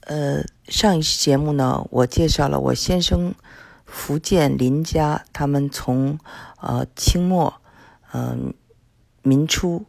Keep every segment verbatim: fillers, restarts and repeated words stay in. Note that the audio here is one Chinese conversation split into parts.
呃，上一期节目呢，我介绍了我先生福建林家，他们从呃清末、嗯、呃、民初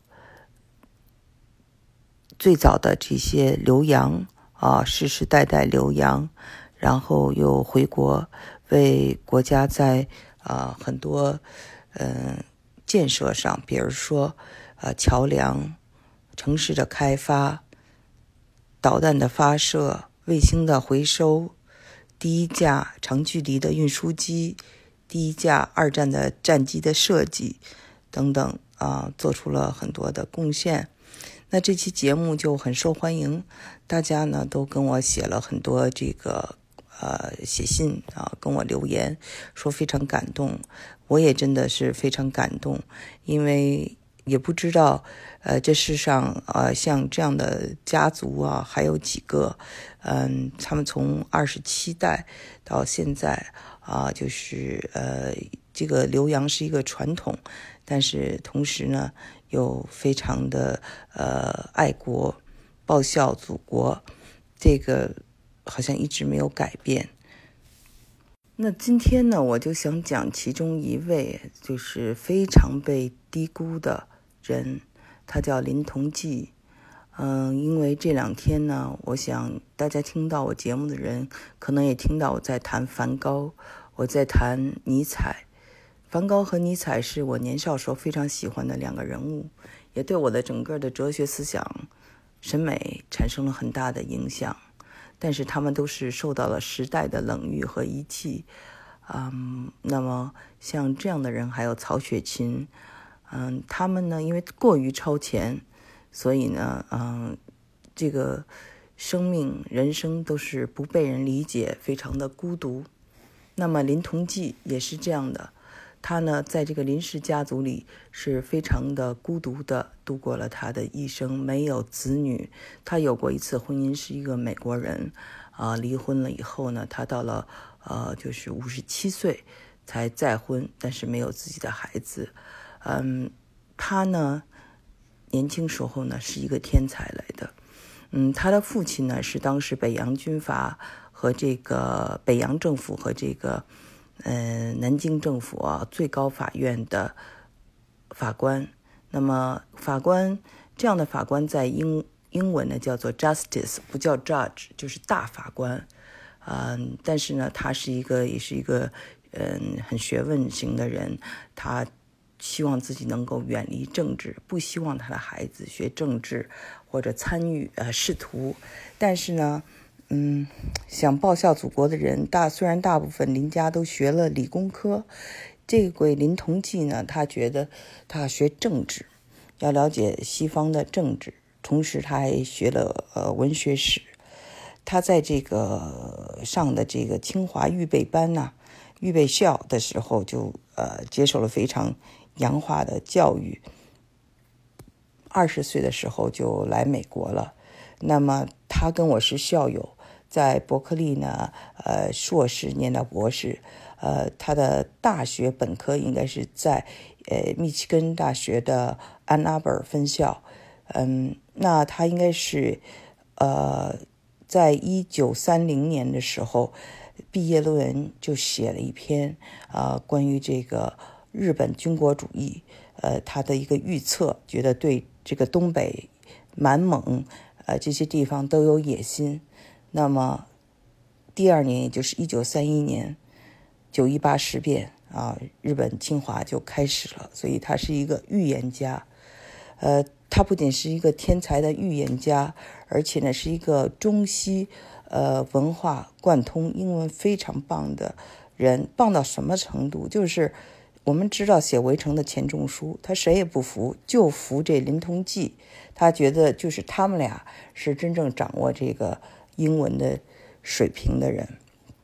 最早的这些留洋啊，世世代代留洋，然后又回国，为国家在啊、呃、很多嗯、呃、建设上，比如说呃桥梁、城市的开发、导弹的发射、卫星的回收、第一架长距离的运输机、第一架二战的战机的设计等等啊，做出了很多的贡献。那这期节目就很受欢迎，大家呢都跟我写了很多这个呃写信啊，跟我留言说非常感动，我也真的是非常感动，因为也不知道呃这世上呃像这样的家族啊还有几个，嗯，他们从二十七代到现在啊，就是呃这个留洋是一个传统，但是同时呢又非常的呃爱国报效祖国，这个好像一直没有改变。那今天呢，我就想讲其中一位就是非常被低估的人，他叫林同济。嗯，因为这两天呢，我想大家听到我节目的人，可能也听到我在谈梵高，我在谈尼采。梵高和尼采是我年少时候非常喜欢的两个人物，也对我的整个的哲学思想、审美产生了很大的影响。但是他们都是受到了时代的冷遇和遗弃。嗯，那么像这样的人还有曹雪芹，嗯，他们呢因为过于超前，所以呢，嗯，这个生命人生都是不被人理解，非常的孤独。那么林同济也是这样的，他呢在这个林氏家族里是非常的孤独的度过了他的一生，没有子女。他有过一次婚姻，是一个美国人啊、呃，离婚了以后呢，他到了呃就是五十七岁才再婚，但是没有自己的孩子。嗯，他呢年轻时候呢是一个天才来的。嗯，他的父亲呢是当时北洋军阀和这个北洋政府和这个呃南京政府啊最高法院的法官。那么法官这样的法官在英英文呢叫做 justice， 不叫 judge， 就是大法官。嗯，但是呢他是一个也是一个嗯很学问型的人，他希望自己能够远离政治，不希望他的孩子学政治或者参与呃仕途。但是呢嗯，想报效祖国的人大虽然大部分林家都学了理工科，这个林同济呢他觉得他学政治，要了解西方的政治，同时他还学了呃文学史。他在这个上的这个清华预备班呐、啊、预备校的时候就呃接受了非常洋化的教育，二十岁的时候就来美国了。那么他跟我是校友，在伯克利呢，呃，硕士念到博士，呃，他的大学本科应该是在呃密歇根大学的安娜贝尔分校。嗯，那他应该是呃在一九三零年的时候毕业论文就写了一篇呃关于这个日本军国主义，呃，他的一个预测，觉得对这个东北、满蒙，呃，这些地方都有野心。那么第二年，也就是一九三一年，九一八事变啊，日本侵华就开始了。所以他是一个预言家，呃，他不仅是一个天才的预言家，而且呢是一个中西呃文化贯通、英文非常棒的人。棒到什么程度？就是我们知道写围城的钱钟书，他谁也不服，就服这林同济。他觉得就是他们俩是真正掌握这个英文的水平的人。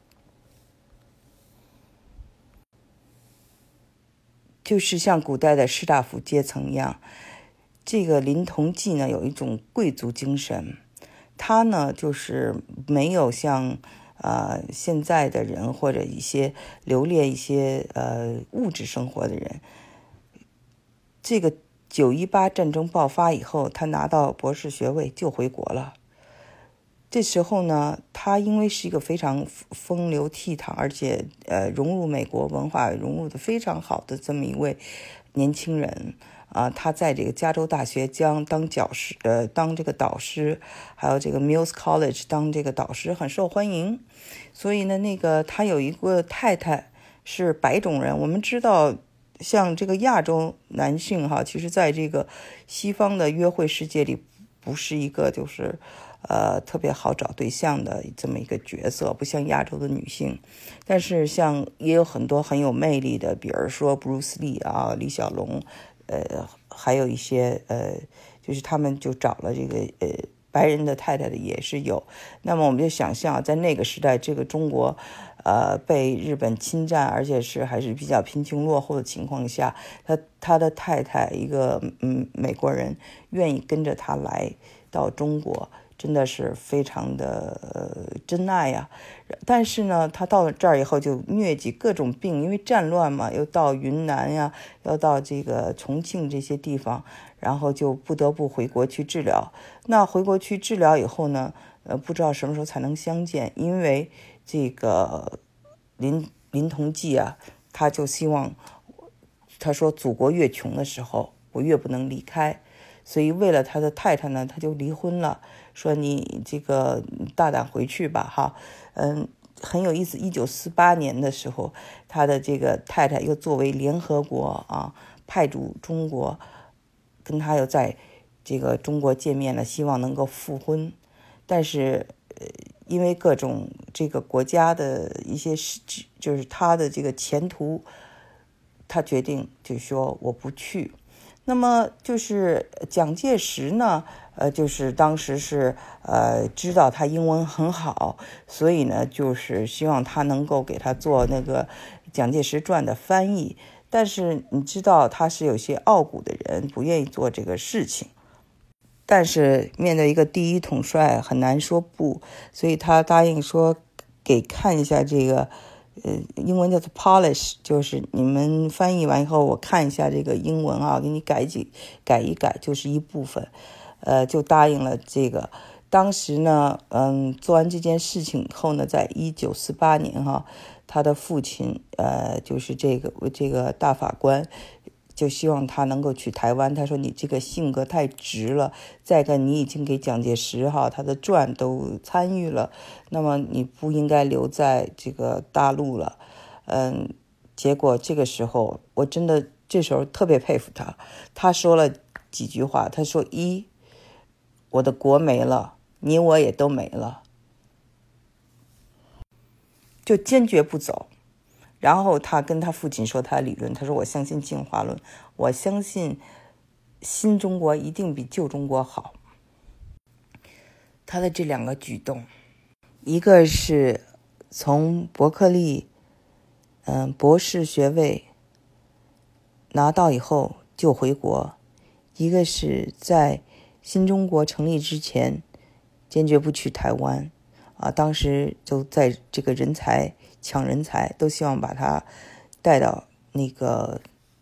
就是像古代的士大夫阶层一样，这个林同济呢有一种贵族精神，他呢就是没有像呃现在的人或者一些留恋一些呃物质生活的人。这个九一八战争爆发以后，他拿到博士学位就回国了。 这时候呢，他因为是一个非常风流倜傥，而且呃融入美国文化融入的非常好的这么一位年轻人啊，他在这个加州大学将当教师，呃，当这个导师，还有这个 Mills College 当这个导师，很受欢迎。所以呢，那个他有一个太太是白种人。我们知道，像这个亚洲男性哈，其实在这个西方的约会世界里，不是一个就是呃特别好找对象的这么一个角色，不像亚洲的女性。但是像也有很多很有魅力的，比如说 Bruce Lee 啊，李小龙。呃，还有一些呃，就是他们就找了这个呃白人的太太的也是有。那么我们就想象，在那个时代，这个中国，呃，被日本侵占，而且是还是比较贫穷落后的情况下，他他的太太一个嗯美国人愿意跟着他来到中国。真的是非常的呃真爱呀、啊，但是呢，他到了这儿以后就疟疾各种病，因为战乱嘛，又到云南呀，又到这个重庆这些地方，然后就不得不回国去治疗。那回国去治疗以后呢，呃，不知道什么时候才能相见，因为这个林林同济啊，他就希望，他说祖国越穷的时候，我越不能离开。所以为了他的太太呢，他就离婚了，说你这个大胆回去吧哈。嗯，很有意思，一九四八年的时候，他的这个太太又作为联合国啊派驻中国，跟他又在这个中国见面了，希望能够复婚。但是呃因为各种这个国家的一些事，就是他的这个前途，他决定就说我不去。那么就是蒋介石呢，呃，就是当时是呃知道他英文很好，所以呢，就是希望他能够给他做那个蒋介石传的翻译。但是你知道他是有些傲骨的人，不愿意做这个事情。但是面对一个第一统帅，很难说不，所以他答应说给看一下这个。呃，英文叫做 polish， 就是你们翻译完以后，我看一下这个英文啊，给你改几改一改，就是一部分，呃，就答应了这个。当时呢，嗯，做完这件事情以后呢，在一九四八年哈，他的父亲，呃，就是这个这个大法官。就希望他能够去台湾。他说你这个性格太直了，再个你已经给蒋介石哈他的传都参与了，那么你不应该留在这个大陆了。嗯，结果这个时候我真的这时候特别佩服他，他说了几句话。他说一，我的国没了，你我也都没了，就坚决不走。然后他跟他父亲说他的理论，他说我相信进化论，我相信新中国一定比旧中国好。他的这两个举动，一个是从伯克利嗯博士学位拿到以后就回国，一个是在新中国成立之前坚决不去台湾啊，当时就在这个人才抢人才，都希望把他带到那个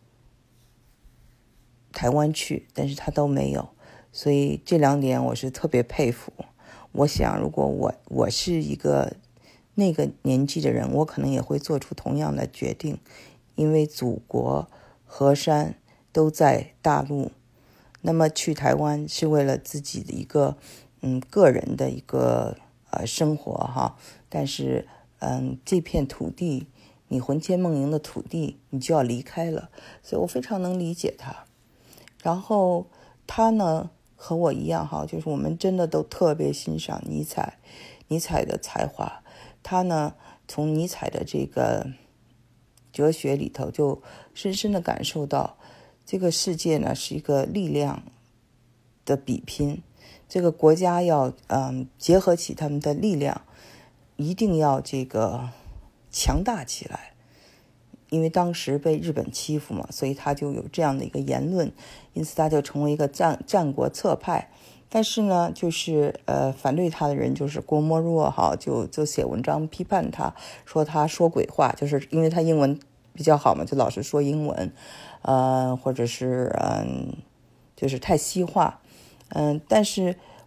台湾去，但是他都没有。所以这两点我是特别佩服。我想如果我我是一个那个年纪的人，我可能也会做出同样的决定，因为祖国河山都在大陆，那么去台湾是为了自己的一个嗯个人的一个呃生活哈，但是嗯这片土地，你魂牵梦萦的土地，你就要离开了，所以我非常能理解他。然后他呢和我一样哈，就是我们真的都特别欣赏尼采，尼采的才华。他呢从尼采的这个哲学里头就深深的感受到，这个世界呢是一个力量的比拼，这个国家要嗯结合起他们的力量，一定要这个强大起来。因为当时被日本欺负嘛，所以他就有这样的一个言论，因此他就成为一个战战国策派。但是呢，就是呃反对他的人就是郭沫若哈，就就写文章批判他，说他说鬼话，就是因为他英文比较好嘛，就老是说英文，呃，或者是嗯，就是太西化，嗯，但是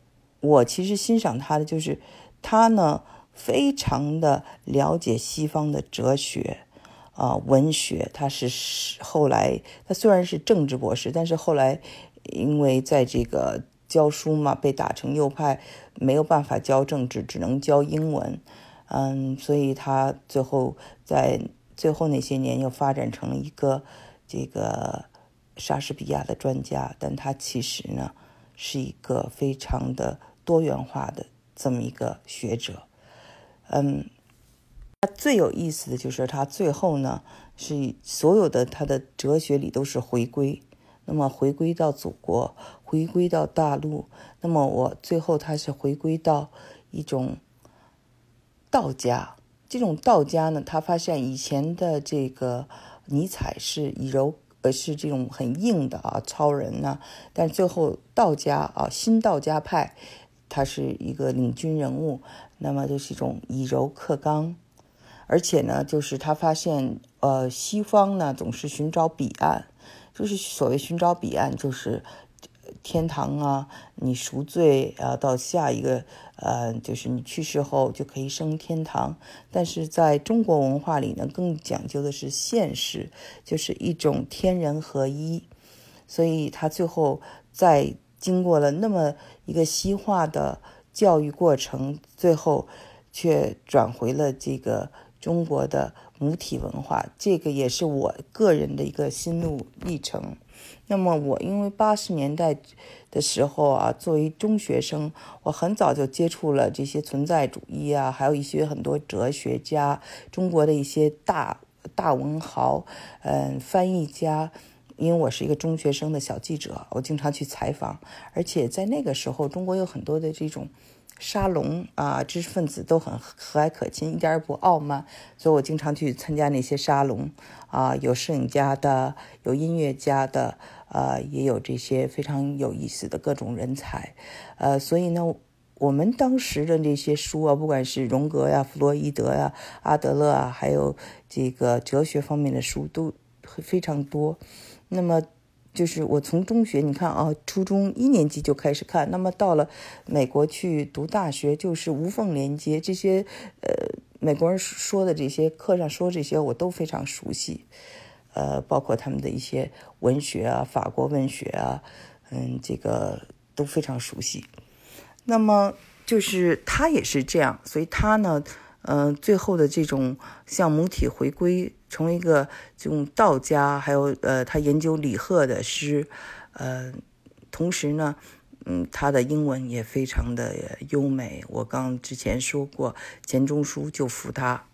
我其实欣赏他的就是他呢非常的了解西方的哲学啊、呃、文学。他是后来他虽然是政治博士，但是后来因为在这个教书嘛，被打成右派，没有办法教政治，只能教英文。嗯，所以他最后在最后那些年又发展成了一个这个莎士比亚的专家，但他其实呢是一个非常的多元化的这么一个学者。嗯，他最有意思的就是他最后呢是所有的他的哲学里都是回归，那么回归到祖国，回归到大陆，那么我最后他是回归到一种道家。这种道家呢，他发现以前的这个尼采是以柔呃是这种很硬的啊超人呢、啊，但最后道家啊新道家派，他是一个领军人物，那么就是一种以柔克刚。而且呢，就是他发现呃西方呢总是寻找彼岸，就是所谓寻找彼岸就是天堂啊，你赎罪啊，到下一个呃，就是你去世后就可以升天堂。但是在中国文化里呢，更讲究的是现实，就是一种天人合一。所以他最后在经过了那么一个西化的教育过程，最后却转回了这个中国的母体文化，这个也是我个人的一个心路历程。那么我因为八十年代的时候啊，作为中学生，我很早就接触了这些存在主义啊，还有一些很多哲学家，中国的一些大大文豪，嗯，翻译家。因为我是一个中学生的小记者，我经常去采访，而且在那个时候，中国有很多的这种沙龙啊，知识分子都很和蔼可亲，一点也不傲慢，所以我经常去参加那些沙龙啊，有摄影家的，有音乐家的，呃，也有这些非常有意思的各种人才，呃，所以呢，我们当时的这些书啊，不管是荣格呀、弗洛伊德呀、阿德勒啊，还有这个哲学方面的书都非常多。那么就是我从中学，你看啊，初中一年级就开始看，那么到了美国去读大学，就是无缝连接，这些呃美国人说的这些课上说这些我都非常熟悉，呃，包括他们的一些文学啊，法国文学啊，嗯，这个都非常熟悉。那么就是他也是这样，所以他呢，嗯、呃，最后的这种向母体回归，成为一个这种道家，还有呃，他研究李贺的诗，呃，同时呢，嗯，他的英文也非常的优美。我刚之前说过，钱钟书就服他。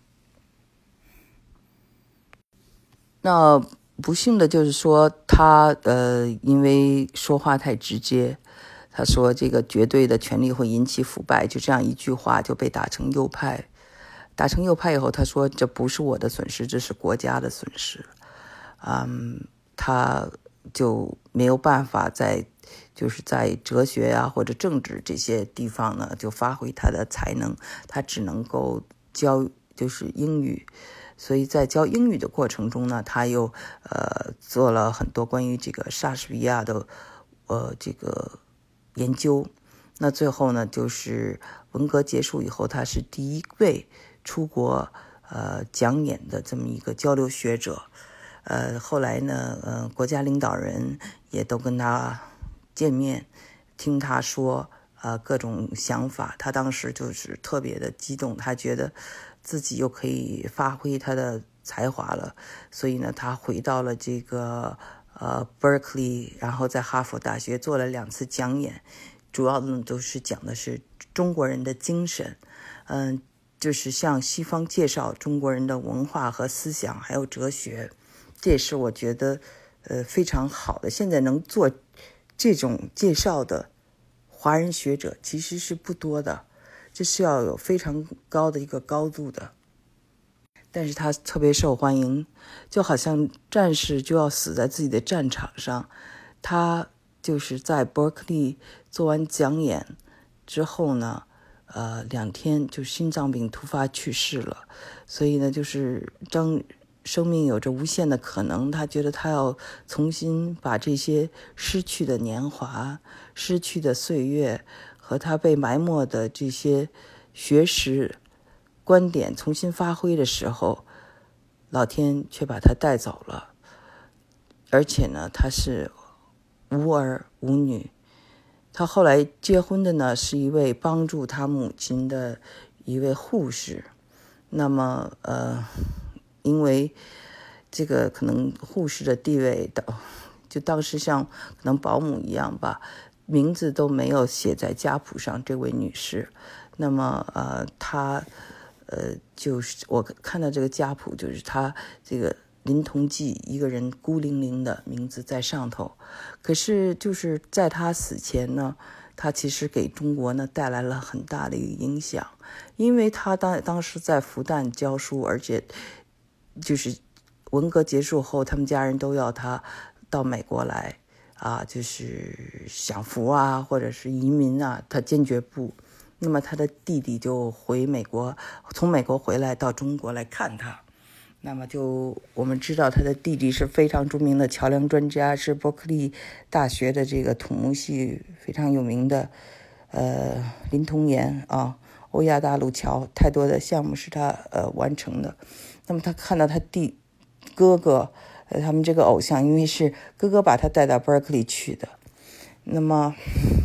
那不幸的就是说他呃，因为说话太直接。他说这个绝对的权力会引起腐败，就这样一句话就被打成右派。打成右派以后，他说这不是我的损失，这是国家的损失。嗯，他就没有办法在就是在哲学啊或者政治这些地方呢就发挥他的才能，他只能够教就是英语。所以在教英语的过程中呢，他又呃做了很多关于这个莎士比亚的呃这个研究。那最后呢，就是文革结束以后，他是第一位出国呃讲演的这么一个交流学者。呃，后来呢，呃，国家领导人也都跟他见面，听他说呃各种想法。他当时就是特别的激动，他觉得自己又可以发挥他的才华了，所以呢，他回到了这个呃 Berkeley， 然后在哈佛大学做了两次讲演，主要呢都是讲的是中国人的精神，嗯、呃，就是向西方介绍中国人的文化和思想，还有哲学。这也是我觉得呃非常好的。现在能做这种介绍的华人学者其实是不多的，这是要有非常高的一个高度的。但是他特别受欢迎，就好像战士就要死在自己的战场上。他就是在伯克利做完讲演之后呢，呃，两天就心脏病突发去世了。所以呢，就是张生命有着无限的可能，他觉得他要重新把这些失去的年华、失去的岁月和和他被埋没的这些学识观点重新发挥的时候，老天却把他带走了。而且呢，他是无儿无女。他后来结婚的呢，是一位帮助他母亲的一位护士。那么呃，因为这个可能护士的地位的，就当时像可能保姆一样吧，名字都没有写在家谱上，这位女士。那么呃，她呃，就是我看到这个家谱，就是她这个林同济一个人孤零零的名字在上头。可是就是在她死前呢，她其实给中国呢带来了很大的一个影响，因为她当当时在复旦教书，而且就是文革结束后，他们家人都要她到美国来啊，就是享福啊，或者是移民啊，她坚决不。那么他的弟弟就回美国，从美国回来到中国来看他。那么就我们知道他的弟弟是非常著名的桥梁专家，是伯克利大学的这个土木系非常有名的呃林同岩啊，欧亚大陆桥太多的项目是他呃完成的。那么他看到他弟哥哥呃他们这个偶像，因为是哥哥把他带到伯克利去的，那么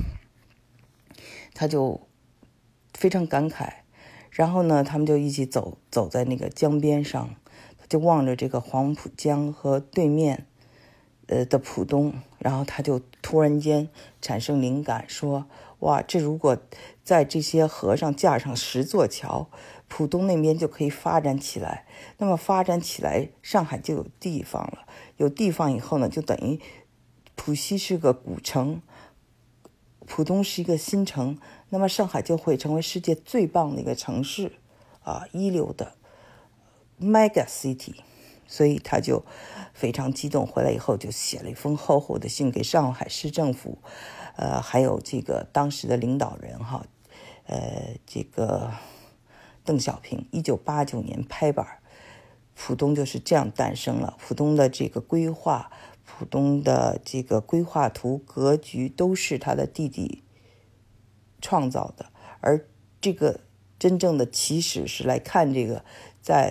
他就非常感慨。然后呢，他们就一起走走在那个江边上，他就望着这个黄浦江和对面呃的浦东，然后他就突然间产生灵感，说哇，这如果在这些河上架上十座桥，浦东那边就可以发展起来。那么发展起来，上海就有地方了，有地方以后呢，就等于浦西是个古城，浦东是一个新城，那么上海就会成为世界最棒的一个城市啊，一流的 mega city。 所以他就非常激动，回来以后就写了一封厚厚的信给上海市政府，呃，还有这个当时的领导人哈，呃，这个邓小平。一九八九年拍板，浦东就是这样诞生了。浦东的这个规划，浦东的这个规划图格局都是他的弟弟创造的，而这个真正的起始是来看这个在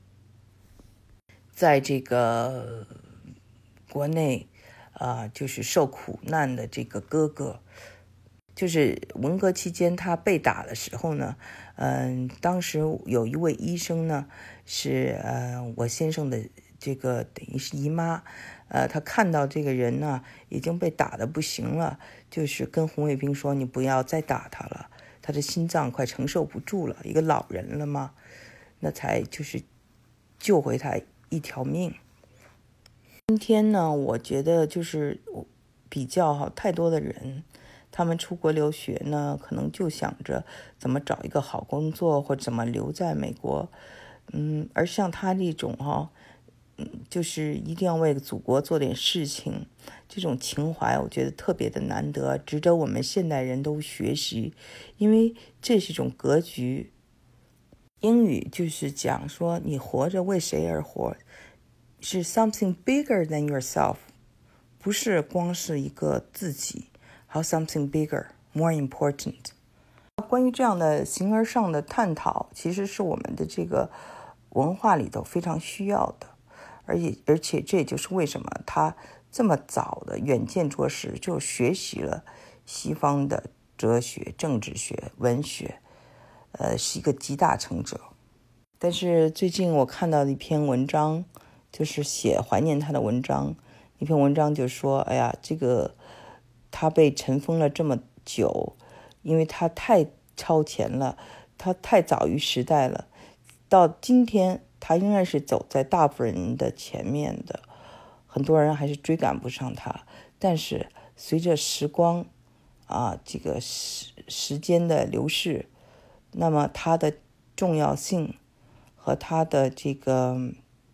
在这个国内啊、呃，就是受苦难的这个哥哥。就是文革期间他被打的时候呢，嗯、呃，当时有一位医生呢，是呃我先生的这个等于是姨妈，呃，他看到这个人呢已经被打得不行了，就是跟红卫兵说，你不要再打他了，他的心脏快承受不住了，一个老人了嘛，那才就是救回他一条命。今天呢，我觉得就是比较哈，太多的人他们出国留学呢，可能就想着怎么找一个好工作，或者怎么留在美国。嗯，而像他这种哈，嗯，就是一定要为祖国做点事情，这种情怀，我觉得特别的难得，值得我们现代人都学习，因为这是一种格局。英语就是讲说，你活着为谁而活，是 something bigger than yourself， 不是光是一个自己，还有 something bigger more important。 关于这样的形而上的探讨，其实是我们的这个文化里头非常需要的，而且而且这也就是为什么他这么早的远见卓识，就学习了西方的哲学、政治学、文学，呃，是一个集大成者。但是最近我看到的一篇文章，就是写怀念他的文章，一篇文章就说，哎呀，这个他被尘封了这么久，因为他太超前了，他太早于时代了，到今天他应该是走在大部分人的前面的，很多人还是追赶不上他。但是随着时光啊，这个时时间的流逝，那么他的重要性和他的这个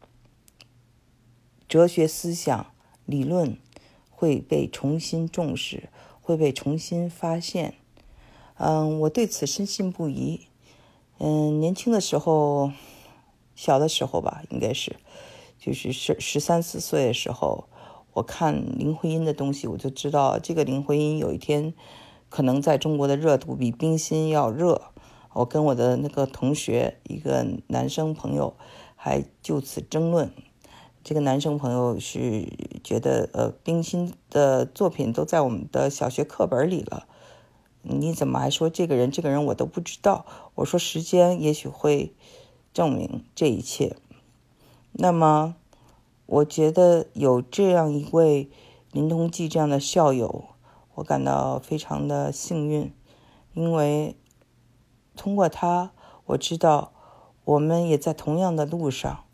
哲学思想理论会被重新重视，会被重新发现。嗯，我对此深信不疑。嗯，年轻的时候，小的时候吧，应该是，就是十十三四岁的时候，我看林徽因的东西，我就知道这个林徽因有一天可能在中国的热度比冰心要热。我跟我的那个同学，一个男生朋友还就此争论。这个男生朋友是觉得呃冰心的作品都在我们的小学课本里了，你怎么还说这个人这个人我都不知道？我说时间也许会证明这一切。那么我觉得有这样一位林同济这样的校友，我感到非常的幸运，因为通过他我知道我们也在同样的路上，